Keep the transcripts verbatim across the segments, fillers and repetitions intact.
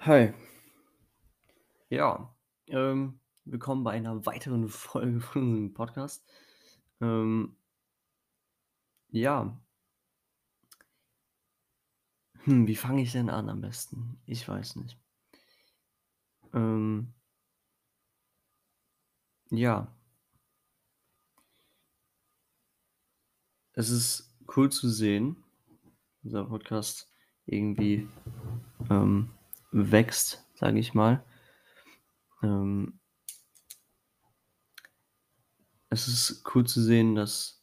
Hi. Ja, ähm, willkommen bei einer weiteren Folge von unserem Podcast. Ähm, ja, hm, wie fange ich denn an am besten? Ich weiß nicht. Ähm, ja, es ist cool zu sehen, unser Podcast irgendwie ähm, wächst, sage ich mal. Ähm, Es ist cool zu sehen, dass,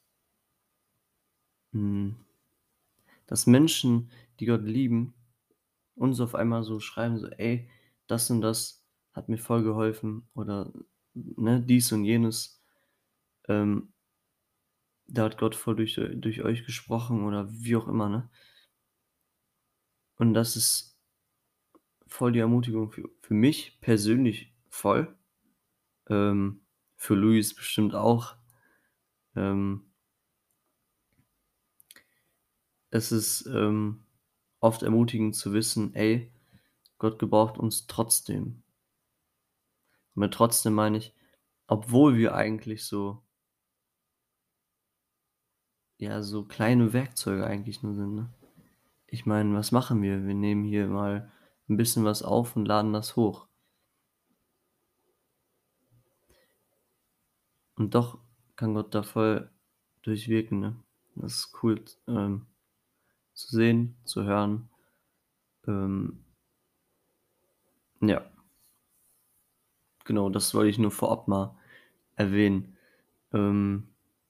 hm, dass Menschen, die Gott lieben, uns auf einmal so schreiben, so: „Ey, das und das hat mir voll geholfen“ oder, ne, dies und jenes, ähm, da hat Gott voll durch äh, durch euch gesprochen oder wie auch immer, ne? Und das ist voll die Ermutigung für für mich persönlich voll, ähm, für Luis bestimmt auch. Ähm, Es ist, ähm, oft ermutigend zu wissen: „Ey, Gott gebraucht uns trotzdem.“ Und mit trotzdem meine ich, obwohl wir eigentlich so ja, so kleine Werkzeuge eigentlich nur sind, ne? Ich meine, was machen wir? Wir nehmen hier mal 'n bisschen was auf und laden das hoch. Und doch kann Gott da voll durchwirken, ne? Das ist cool, ähm, zu sehen, zu hören. Ähm, ja, genau, das wollte ich nur vorab mal erwähnen. Ähm,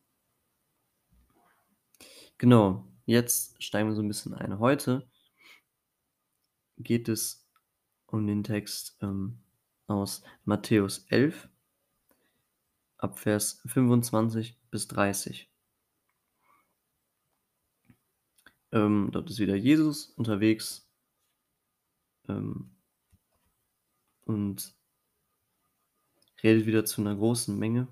genau, jetzt steigen wir so 'n bisschen ein. Heute geht es um den Text, ähm, aus Matthäus elf ab Vers fünfundzwanzig bis dreißig. Ähm, dort ist wieder Jesus unterwegs, ähm, und redet wieder zu einer großen Menge.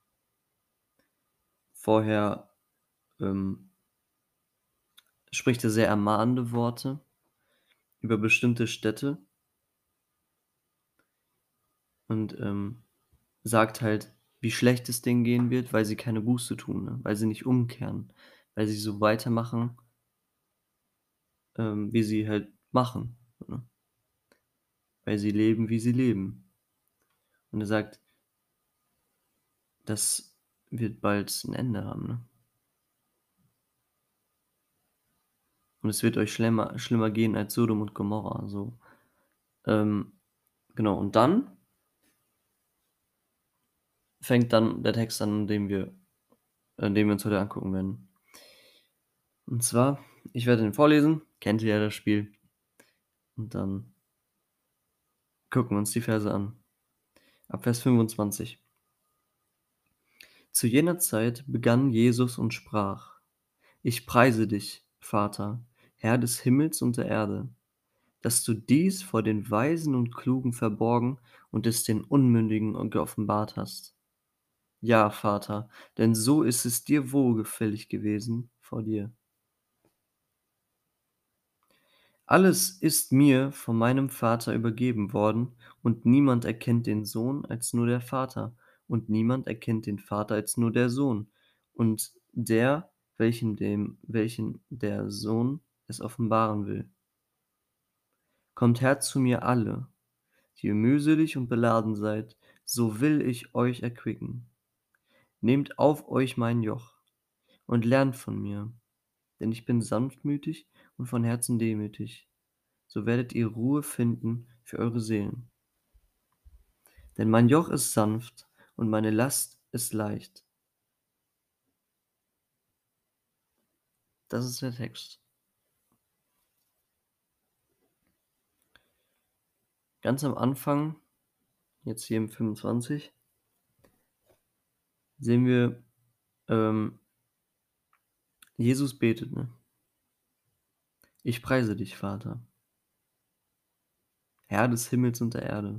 Vorher, ähm, spricht er sehr ermahnende Worte über bestimmte Städte und, ähm, sagt halt, wie schlecht es denen gehen wird, weil sie keine Buße tun, ne? Weil sie nicht umkehren, weil sie so weitermachen, ähm, wie sie halt machen, ne? Weil sie leben, wie sie leben. Und er sagt, das wird bald ein Ende haben, ne? Und es wird euch schlimmer schlimmer gehen als Sodom und Gomorra, so. Ähm, genau, und dann fängt dann der Text an, den wir äh, den wir uns heute angucken werden. Und zwar, ich werde den vorlesen, kennt ihr ja das Spiel, und dann gucken wir uns die Verse an. Ab Vers fünfundzwanzig. Zu jener Zeit begann Jesus und sprach: Ich preise dich, Vater, Herr des Himmels und der Erde, dass du dies vor den Weisen und Klugen verborgen und es den Unmündigen geoffenbart hast. Ja, Vater, denn so ist es dir wohlgefällig gewesen vor dir. Alles ist mir von meinem Vater übergeben worden, und niemand erkennt den Sohn als nur der Vater, und niemand erkennt den Vater als nur der Sohn, und der, welchen dem welchen der Sohn es offenbaren will. Kommt her zu mir alle, die ihr mühselig und beladen seid, so will ich euch erquicken. Nehmt auf euch mein Joch und lernt von mir, denn ich bin sanftmütig und von Herzen demütig, so werdet ihr Ruhe finden für eure Seelen. Denn mein Joch ist sanft und meine Last ist leicht. Das ist der Text. Ganz am Anfang, jetzt hier im fünfundzwanzig, sehen wir, ähm, Jesus betet, ne? Ich preise dich, Vater, Herr des Himmels und der Erde.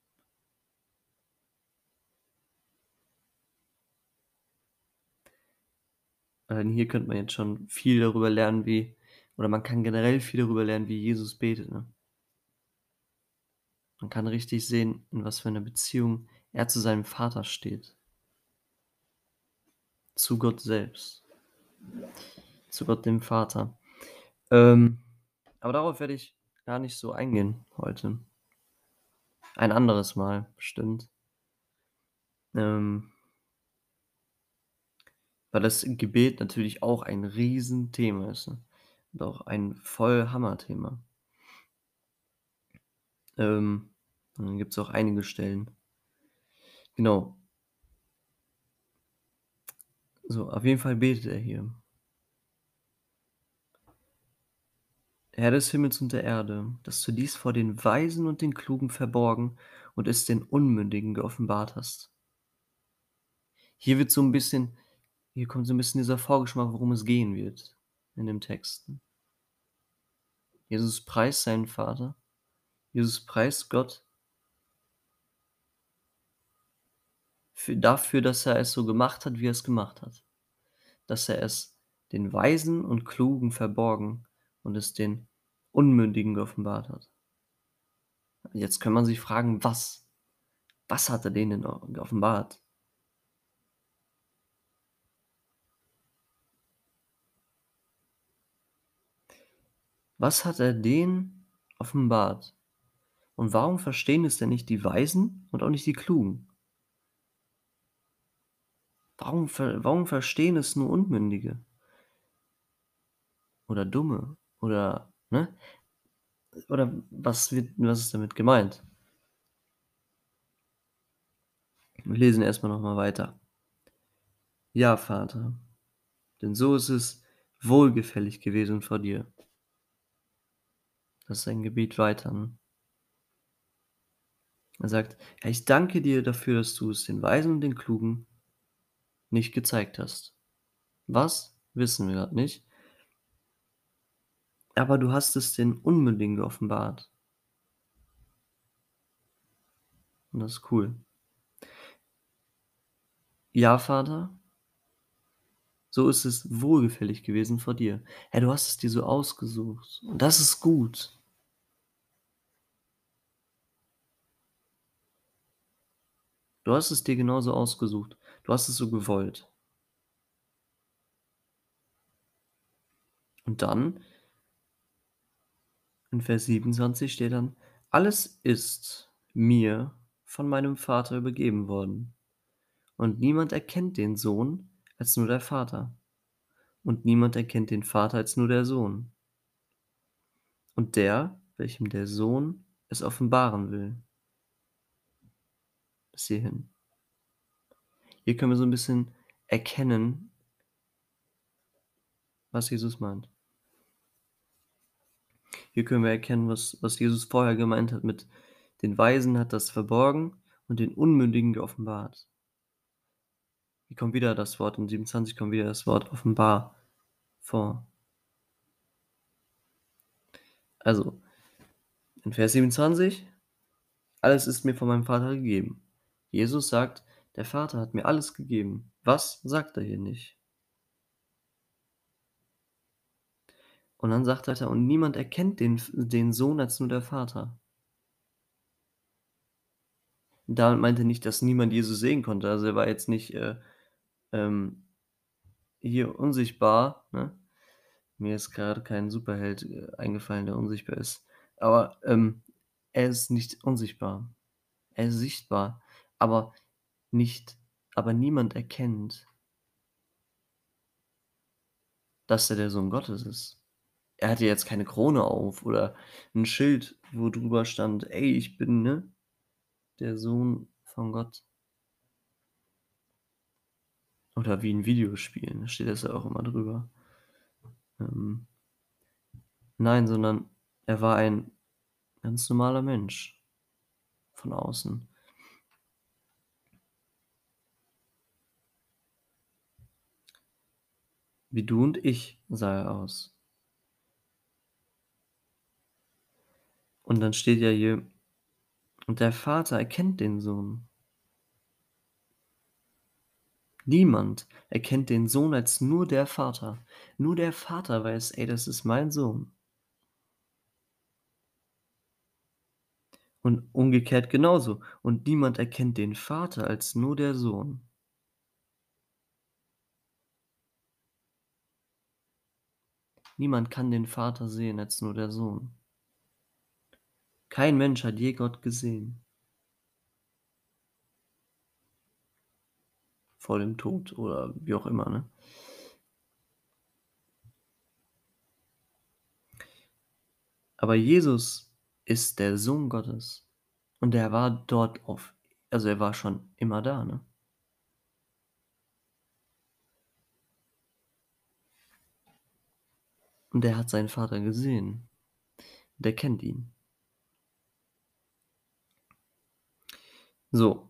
Allein hier könnte man jetzt schon viel darüber lernen, wie oder man kann generell viel darüber lernen, wie Jesus betet, ne? Man kann richtig sehen, in was für 'ner Beziehung er zu seinem Vater steht. Zu Gott selbst. Zu Gott dem Vater. Ähm, aber darauf werde ich gar nicht so eingehen heute. Ein anderes Mal bestimmt. Ähm weil das Gebet natürlich auch ein Riesenthema ist, ne? Und auch ein voll Hammerthema. Ähm, und dann gibt's auch einige Stellen. Genau. So, auf jeden Fall betet er hier. Herr des Himmels und der Erde, dass du dies vor den Weisen und den Klugen verborgen und es den Unmündigen geoffenbart hast. Hier wird so 'n bisschen hier kommt so 'n bisschen dieser Vorgeschmack, worum es gehen wird in dem Text. Jesus preist seinen Vater. Jesus preist Gott für dafür, dass er es so gemacht hat, wie er es gemacht hat. Dass er es den Weisen und Klugen verborgen und es den Unmündigen geoffenbart hat. Jetzt kann man sich fragen: „Was? Was hat er denen denn o geoffenbart?“ Was hat er denen offenbart? Und warum verstehen es denn nicht die Weisen und auch nicht die Klugen? Warum ver warum verstehen es nur Unmündige? Oder Dumme oder ne? Oder was wird was ist damit gemeint? Wir lesen erst mal noch mal weiter. Ja, Vater, denn so ist es wohlgefällig gewesen vor dir. Das ist sein Gebet weiter, ne? Er sagt: „Ja, ich danke dir dafür, dass du es den Weisen und den Klugen nicht gezeigt hast.“ Was? Wissen wir grad nicht. Aber du hast es den Unmündigen geoffenbart. Und das ist cool. Ja, Vater so ist es wohlgefällig gewesen vor dir. Ja, du hast es dir so ausgesucht und das ist gut. Du hast es dir genauso ausgesucht. Du hast es so gewollt. Und dann in Vers siebenundzwanzig steht dann: „Alles ist mir von meinem Vater übergeben worden. Und niemand erkennt den Sohn als nur der Vater. Und niemand erkennt den Vater als nur der Sohn. Und der, welchem der Sohn es offenbaren will.“ Bis hierhin. Hier können wir so 'n bisschen erkennen was Jesus meint. Hier können wir erkennen, was was Jesus vorher gemeint hat mit: „Den Weisen hat das verborgen und den Unmündigen geoffenbart.“ Hier kommt wieder das Wort in siebenundzwanzig kommt wieder das Wort offenbar vor. Also in Vers siebenundzwanzig: „Alles ist mir von meinem Vater gegeben.“ Jesus sagt: „Der Vater hat mir alles gegeben.“ Was, sagt er hier nicht. Und dann sagt er weiter: „Und niemand erkennt den F den Sohn als nur der Vater.“ Damit meint er nicht, dass niemand Jesus sehen konnte. Also, er war jetzt nicht, äh, ähm, hier unsichtbar, ne? Mir ist grade kein Superheld, äh, eingefallen, der unsichtbar ist. Aber, ähm, er ist nicht unsichtbar. Er ist sichtbar, aber nicht aber niemand erkennt dass er der Sohn Gottes ist. Er hatte jetzt keine Krone auf oder 'n Schild, wo drüber stand: „Ey, ich bin, ne, der Sohn von Gott.“ Oder wie in Videospielen, da steht das ja auch immer drüber. Ähm Nein, sondern er war ein ganz normaler Mensch von außen. Wie du und ich sah er aus. Und dann steht ja hier: „Und der Vater erkennt den Sohn.“ Niemand erkennt den Sohn als nur der Vater. Nur der Vater weiß: „Ey, das ist mein Sohn.“ Und umgekehrt genauso. Und niemand erkennt den Vater als nur der Sohn. Niemand kann den Vater sehen als nur der Sohn. Kein Mensch hat je Gott gesehen vor dem Tod oder wie auch immer, ne? Aber Jesus ist der Sohn Gottes und er war dort auf also, er war schon immer da, ne? Und er hat seinen Vater gesehen und er kennt ihn. So,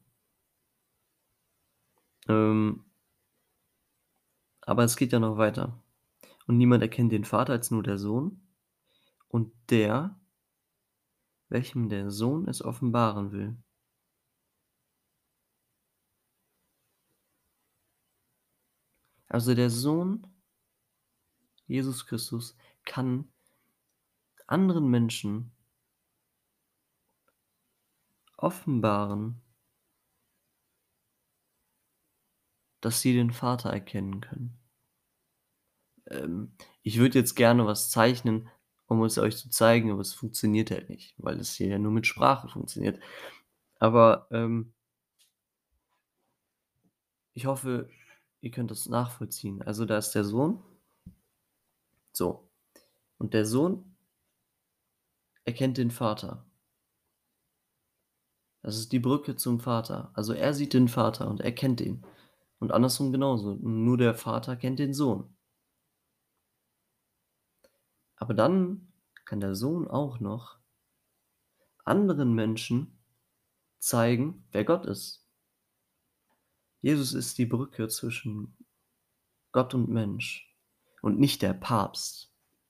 ähm, aber es geht ja noch weiter. Und niemand erkennt den Vater als nur der Sohn und der, welchem der Sohn es offenbaren will. Also, der Sohn, Jesus Christus, kann anderen Menschen offenbaren, dass sie den Vater erkennen können. Ähm, ich würde jetzt gerne was zeichnen, um es euch zu zeigen, aber es funktioniert halt nicht, weil es hier ja nur mit Sprache funktioniert. Aber, ähm, ich hoffe, ihr könnt das nachvollziehen. Also, da ist der Sohn, so, und der Sohn erkennt den Vater. Das ist die Brücke zum Vater. Also, er sieht den Vater und er kennt ihn. Und andersrum genauso. Nur der Vater kennt den Sohn. Aber dann kann der Sohn auch noch anderen Menschen zeigen, wer Gott ist. Jesus ist die Brücke zwischen Gott und Mensch und nicht der Papst.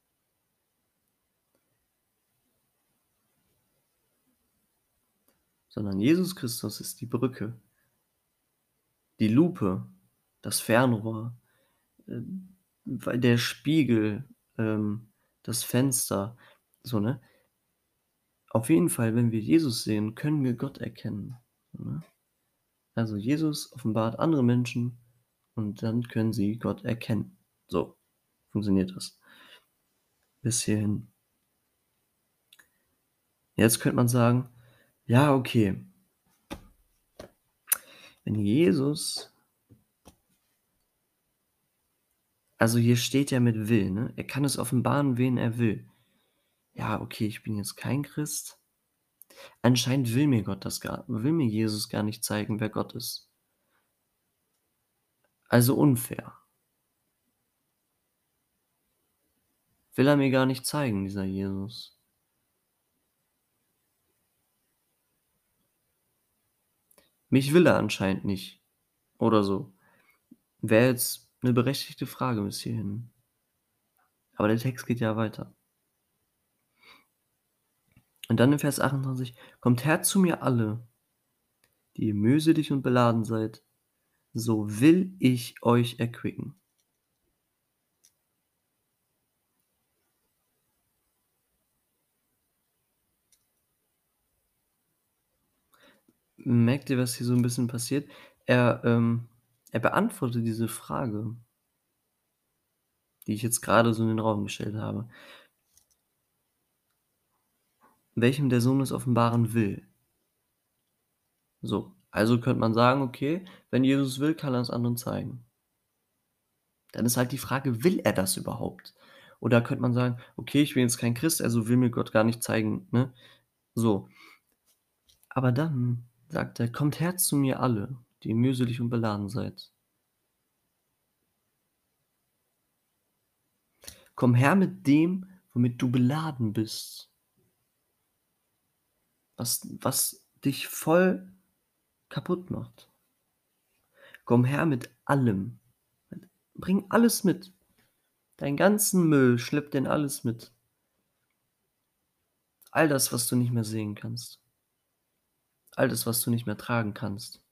Sondern Jesus Christus ist die Brücke, die Lupe, das Fernrohr, ähm, weil der Spiegel, ähm, das Fenster, so, ne? Auf jeden Fall, wenn wir Jesus sehen, können wir Gott erkennen, ne? Also, Jesus offenbart andere Menschen und dann können sie Gott erkennen. So funktioniert das bis hierhin. Jetzt könnte man sagen: „Ja, okay, wenn Jesus“, also, hier steht ja mit will, ne? Er kann es offenbaren, wen er will. Ja, okay, ich bin jetzt kein Christ. Anscheinend will mir Gott das gar will mir Jesus gar nicht zeigen, wer Gott ist. Also unfair. Will er mir gar nicht zeigen, dieser Jesus. Mich will er anscheinend nicht oder so. Wäre jetzt 'ne berechtigte Frage bis hierhin. Aber der Text geht ja weiter. Und dann in Vers achtundzwanzig: „Kommt her zu mir alle, die ihr mühselig und beladen seid, so will ich euch erquicken.“ Merkt ihr, was hier so 'n bisschen passiert? Er, ähm er beantwortet diese Frage, die ich jetzt grade so in den Raum gestellt habe, welchem der Sohn es offenbaren will. So, also könnte man sagen, okay, wenn Jesus will, kann er es anderen zeigen. Dann ist halt die Frage, will er das überhaupt? Oder könnte man sagen: „Okay, ich bin jetzt kein Christ, also will mir Gott gar nicht zeigen“, ne? So. Aber dann sagt er: „Kommt her zu mir alle, die ihr mühselig und beladen seid.“ Komm her mit dem, womit du beladen bist, was was dich voll kaputt macht. Komm her mit allem. Bring alles mit. Deinen ganzen Müll, schlepp den alles mit. All das, was du nicht mehr sehen kannst. All das, was du nicht mehr tragen kannst.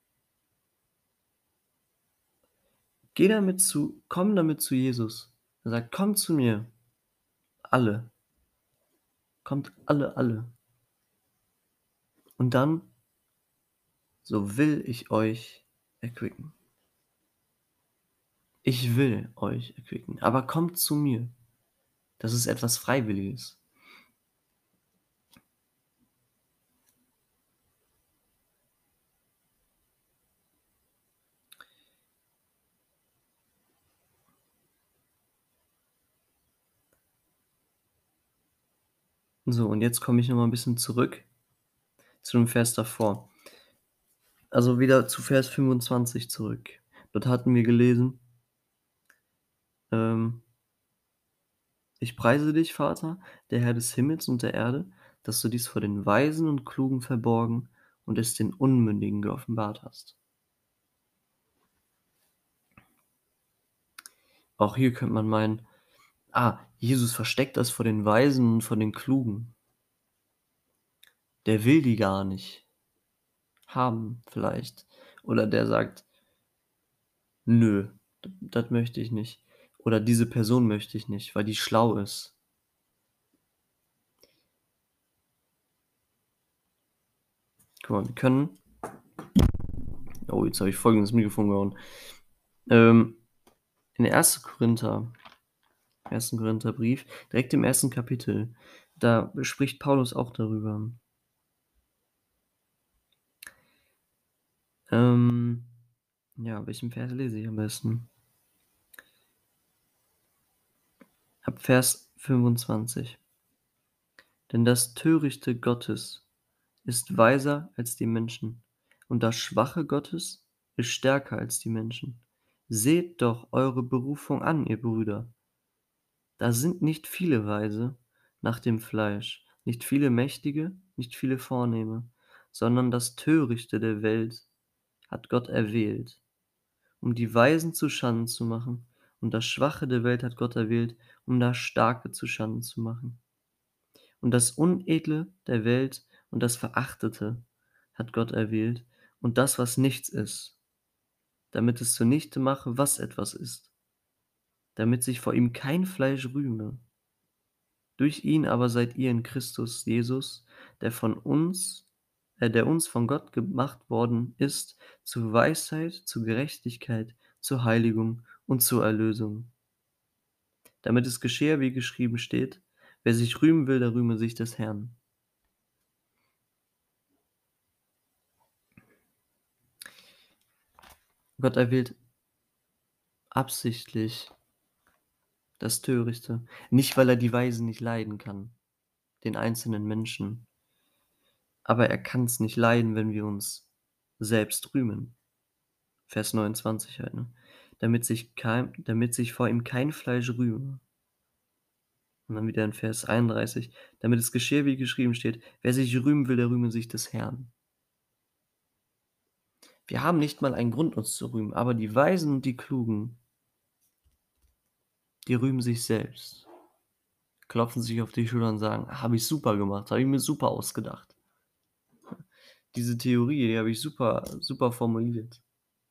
Geh damit zu komm damit zu Jesus. Er sagt: „Kommt zu mir, alle. Kommt alle, alle.“ Und dann: „So will ich euch erquicken.“ Ich will euch erquicken, aber kommt zu mir. Das ist etwas Freiwilliges. So, und jetzt komme ich noch mal 'n bisschen zurück zu dem Vers davor. Also wieder zu Vers fünfundzwanzig zurück. Dort hatten wir gelesen, ähm: „Ich preise dich, Vater, der Herr des Himmels und der Erde, dass du dies vor den Weisen und Klugen verborgen und es den Unmündigen geoffenbart hast.“ Auch hier könnte man meinen: „Ah, Jesus versteckt das vor den Weisen und vor den Klugen.“ Der will die gar nicht haben vielleicht. Oder der sagt: „Nö, d das möchte ich nicht.“ Oder „Diese Person möchte ich nicht, weil die schlau ist.“ Guck mal, wir können oh, jetzt habe ich voll ins Mikrofon gehauen. Ähm, in ersten Korinther ersten Korintherbrief, direkt im ersten Kapitel, da spricht Paulus auch darüber. Ähm, ja, welchen Vers lese ich am besten? Ab Vers fünfundzwanzig. „Denn das Törichte Gottes ist weiser als die Menschen, und das Schwache Gottes ist stärker als die Menschen. Seht doch eure Berufung an, ihr Brüder. Da sind nicht viele Weise nach dem Fleisch, nicht viele Mächtige, nicht viele Vornehme, sondern das Törichte der Welt hat Gott erwählt, um die Weisen zu Schanden zu machen, und das Schwache der Welt hat Gott erwählt, um das Starke zu Schanden zu machen. Und das Unedle der Welt und das Verachtete hat Gott erwählt, und das, was nichts ist, damit es zunichte mache, was etwas ist, damit sich vor ihm kein Fleisch rühme. Durch ihn aber seid ihr in Christus Jesus, der von uns äh, der uns von Gott gemacht worden ist, zu Weisheit, zu Gerechtigkeit, zur Heiligung und zur Erlösung. Damit es geschehe, wie geschrieben steht: Wer sich rühmen will, der rühme sich des Herrn. Gott erwählt absichtlich das Törichte, nicht weil er die Weisen nicht leiden kann, den einzelnen Menschen, aber er kann's nicht leiden, wenn wir uns selbst rühmen. Vers neunundzwanzig halt, ne? Damit sich kein damit sich vor ihm kein Fleisch rühme. Und dann wieder in Vers einunddreißig: Damit es geschehe, wie geschrieben steht: Wer sich rühmen will, der rühme sich des Herrn. Wir haben nicht mal einen Grund, uns zu rühmen, aber die Weisen und die Klugen, die rühmen sich selbst, klopfen sich auf die Schulter und sagen: „Habe ich super gemacht, habe ich mir super ausgedacht. Diese Theorie, die habe ich super super formuliert.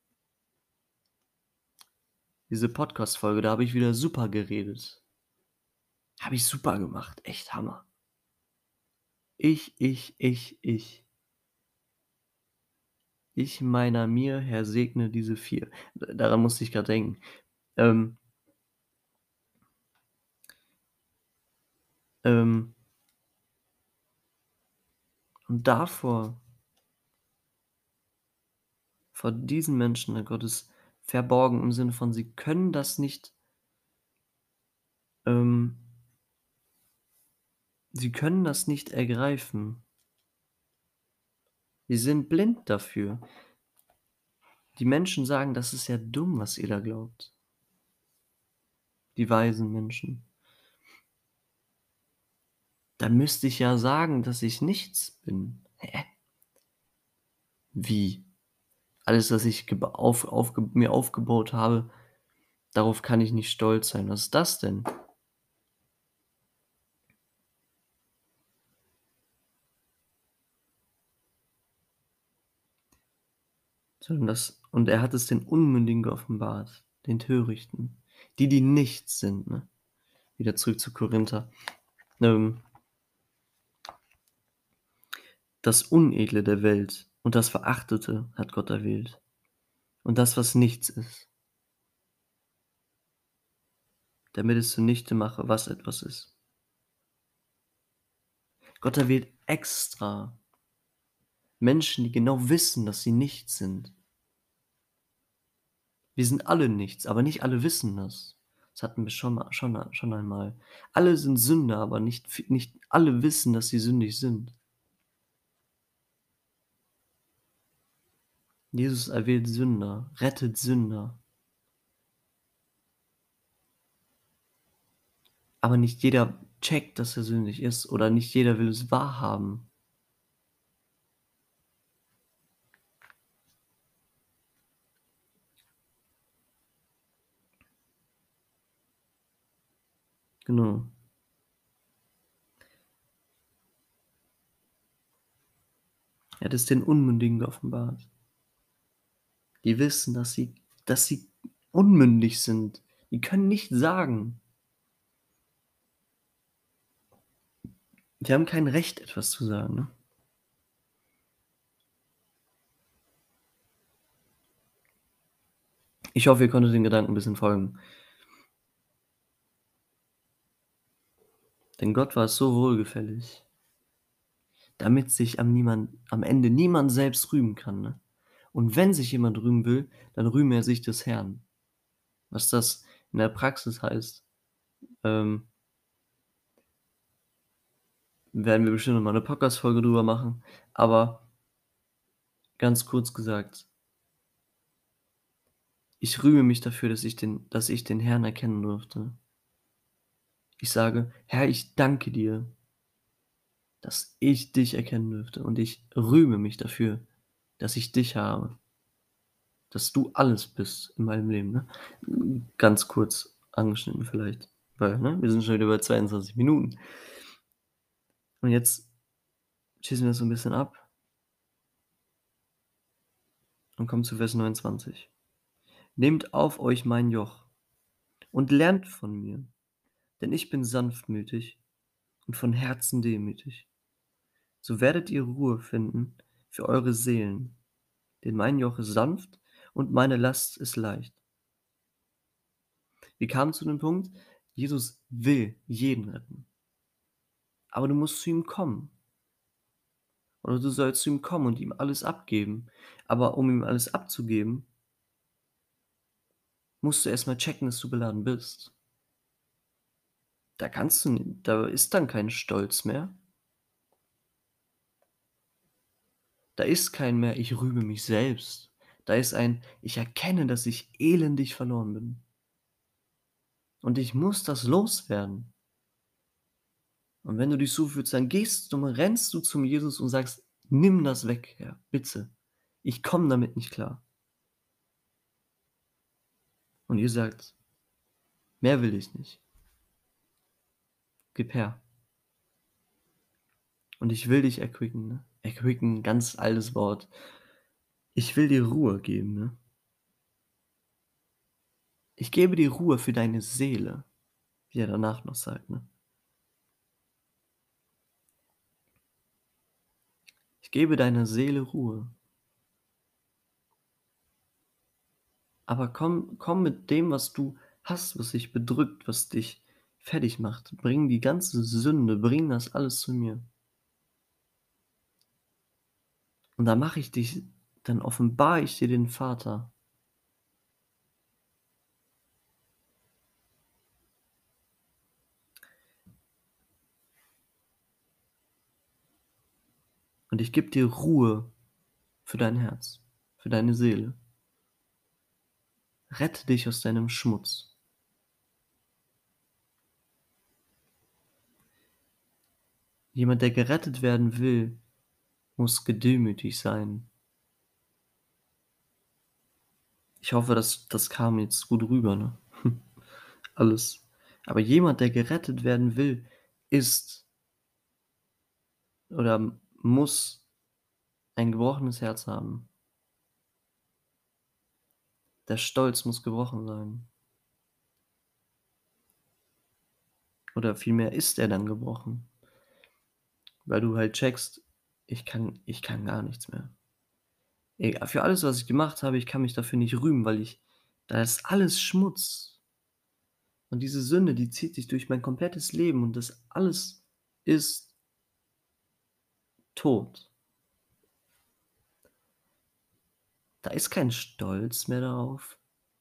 Diese Podcast-Folge, da habe ich wieder super geredet. Habe ich super gemacht, echt Hammer. Ich, ich, ich, ich. Ich meiner mir, Herr, segne diese vier.“ D daran musste ich grad denken. Ähm ähm und davor vor diesen Menschen hat Gott es verborgen im Sinne von, sie können das nicht ähm sie können das nicht ergreifen. Sie sind blind dafür. Die Menschen sagen: „Das ist ja dumm, was ihr da glaubt.“ Die weisen Menschen. Dann müsste ich ja sagen, dass ich nichts bin. Hä? Wie? Alles, was ich geba auf aufge mir aufgebaut habe, darauf kann ich nicht stolz sein. Was ist das denn? Sondern das und er hat es den Unmündigen geoffenbart, den Törichten, die, die nichts sind, ne? Wieder zurück zu Korinther. Ähm Das Unedle der Welt und das Verachtete hat Gott erwählt und das, was nichts ist, damit es zunichte mache, was etwas ist. Gott erwählt extra Menschen, die genau wissen, dass sie nichts sind. Wir sind alle nichts, aber nicht alle wissen das. Das hatten wir schon mal schon schon einmal. Alle sind Sünder, aber nicht v nicht alle wissen, dass sie sündig sind. Jesus erwählt Sünder, rettet Sünder, aber nicht jeder checkt, dass er sündig ist oder nicht jeder will es wahrhaben. Genau. Er hat es den Unmündigen geoffenbart. Die wissen, dass sie dass sie unmündig sind. Die können nicht sagen. Die haben kein Recht, etwas zu sagen, ne? Ich hoffe, ihr konntet den Gedanken 'n bisschen folgen. Denn Gott war es so wohlgefällig, damit sich am niemand am Ende niemand selbst rühmen kann, ne? Und wenn sich jemand rühmen will, dann rühme er sich des Herrn. Was das in der Praxis heißt, ähm werden wir bestimmt noch mal 'ne Podcast-Folge drüber machen, aber ganz kurz gesagt, ich rühme mich dafür, dass ich den dass ich den Herrn erkennen durfte. Ich sage: „Herr, ich danke dir, dass ich dich erkennen durfte und ich rühme mich dafür, dass ich dich habe, dass du alles bist in meinem Leben“, ne? Hm, ganz kurz angeschnitten vielleicht, weil, ne, wir sind schon wieder bei zweiundzwanzig Minuten. Und jetzt schließen wir das so 'n bisschen ab und kommen zu Vers neunundzwanzig. „Nehmt auf euch mein Joch und lernt von mir, denn ich bin sanftmütig und von Herzen demütig. So werdet ihr Ruhe finden für eure Seelen, denn mein Joch ist sanft und meine Last ist leicht.“ Wir kamen zu dem Punkt, Jesus will jeden retten, aber du musst zu ihm kommen oder du sollst zu ihm kommen und ihm alles abgeben. Aber um ihm alles abzugeben, musst du erst mal checken, dass du beladen bist. Da kannst du n da ist dann kein Stolz mehr. Da ist kein mehr: „Ich rühme mich selbst.“ Da ist ein: „Ich erkenne, dass ich elendig verloren bin und ich muss das loswerden.“ Und wenn du dich so fühlst, dann gehst du mal rennst du zum Jesus und sagst: „Nimm das weg, Herr, bitte. Ich komme damit nicht klar.“ Und ihr sagt: „Mehr will ich nicht. Gib her. Und ich will dich erquicken“, ne? Erquicken, ganz altes Wort. Ich will dir Ruhe geben, ne? Ich gebe dir Ruhe für deine Seele, wie er danach noch sagt, ne? Ich gebe deiner Seele Ruhe. Aber komm komm mit dem, was du hast, was dich bedrückt, was dich fertig macht. Bring die ganze Sünde, bring das alles zu mir. Und dann mache ich dich dann offenbare ich dir den Vater. Und ich gebe dir Ruhe für dein Herz, für deine Seele. Rette dich aus deinem Schmutz. Jemand, der gerettet werden will, muss gedemütigt sein. Ich hoffe, das das kam jetzt gut rüber, ne? Alles. Aber jemand, der gerettet werden will, ist oder muss ein gebrochenes Herz haben. Der Stolz muss gebrochen sein. Oder vielmehr ist er dann gebrochen, weil du halt checkst: ich kann ich kann gar nichts mehr. Ey, für alles, was ich gemacht habe, ich kann mich dafür nicht rühmen, weil ich da ist alles Schmutz. Und diese Sünde, die zieht sich durch mein komplettes Leben und das alles ist tot. Da ist kein Stolz mehr darauf.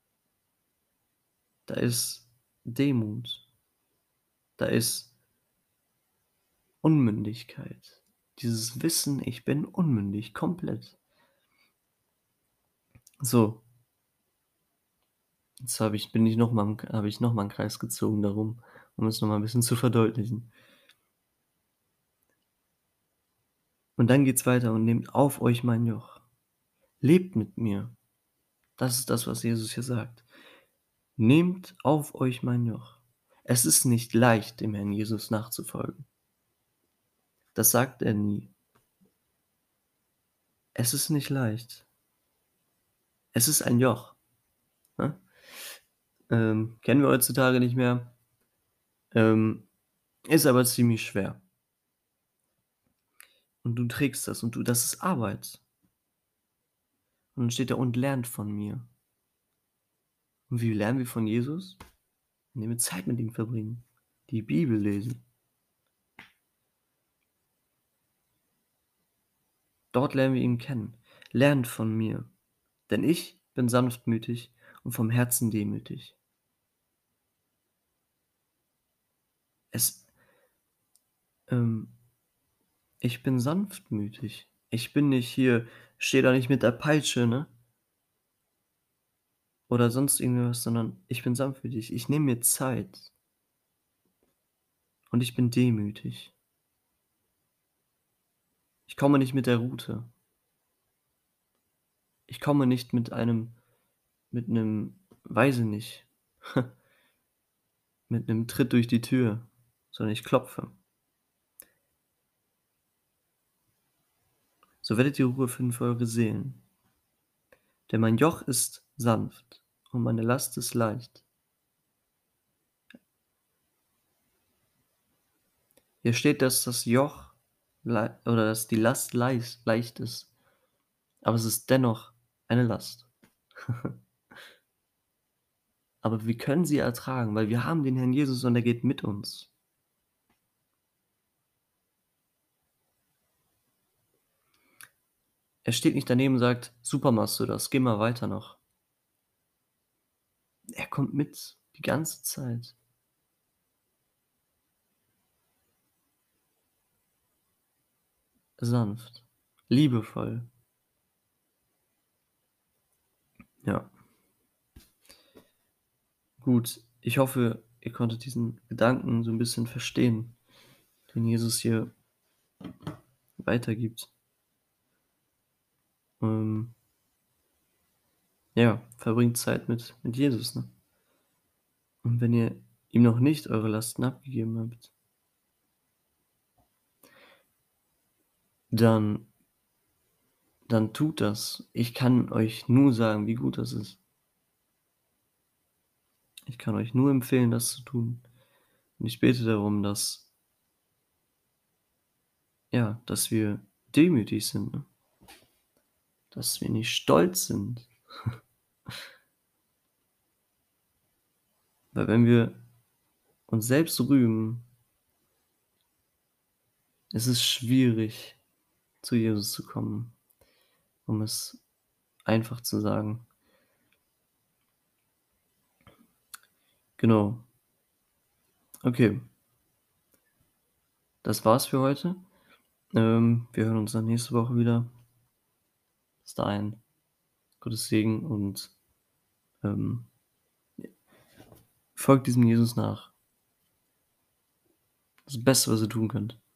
Da ist Demut. Da ist Unmündigkeit. Dieses Wissen, ich bin unmündig, komplett. So, jetzt habe ich bin ich noch mal im habe ich noch mal 'n Kreis gezogen darum, um es noch mal 'n bisschen zu verdeutlichen. Und dann geht's weiter: „Und nehmt auf euch mein Joch. Lebt mit mir.“ Das ist das, was Jesus hier sagt. „Nehmt auf euch mein Joch.“ Es ist nicht leicht, dem Herrn Jesus nachzufolgen. Das sagt er nie. Es ist nicht leicht. Es ist ein Joch, ne? Ähm, kennen wir heutzutage nicht mehr, ähm, ist aber ziemlich schwer. Und du trägst das und du das ist Arbeit. Und dann steht da: „Und lernt von mir.“ Und wie lernen wir von Jesus? Indem wir Zeit mit ihm verbringen, die Bibel lesen. Dort lernen wir ihn kennen. „Lernt von mir, denn ich bin sanftmütig und vom Herzen demütig.“ Es ähm, ich bin sanftmütig. Ich bin nicht hier stehe da nicht mit der Peitsche, ne? Oder sonst irgendwas, sondern ich bin sanftmütig. Ich nehme mir Zeit und ich bin demütig. Ich komme nicht mit der Rute. Ich komme nicht mit einem mit 'nem, weiß ich nicht, mit 'nem Tritt durch die Tür, sondern ich klopfe. So werdet ihr Ruhe finden für eure Seelen. Denn mein Joch ist sanft und meine Last ist leicht. Hier steht, dass das Joch lei oder dass die Last leis leicht ist, aber es ist dennoch eine Last. Aber wir können sie ertragen, weil wir haben den Herrn Jesus und er geht mit uns. Er steht nicht daneben und sagt: „Super machst du das, geh mal weiter noch.“ Er kommt mit, die ganze Zeit. Sanft, liebevoll. Ja. Gut, ich hoffe, ihr konntet diesen Gedanken so 'n bisschen verstehen, den Jesus hier weitergibt. Ähm, ja, verbringt Zeit mit mit Jesus, ne? Und wenn ihr ihm noch nicht eure Lasten abgegeben habt dann dann tut das. Ich kann euch nur sagen, wie gut das ist. Ich kann euch nur empfehlen, das zu tun. Und ich bete darum, dass ja, dass wir demütig sind, ne? Dass wir nicht stolz sind. Weil wenn wir uns selbst rühmen es ist schwierig, zu Jesus zu kommen, um es einfach zu sagen. Genau. Okay. Das war's für heute. Ähm, wir hören uns dann nächste Woche wieder. Bis dahin, Gottes Segen und, ähm, folgt diesem Jesus nach. Das Beste, was ihr tun könnt.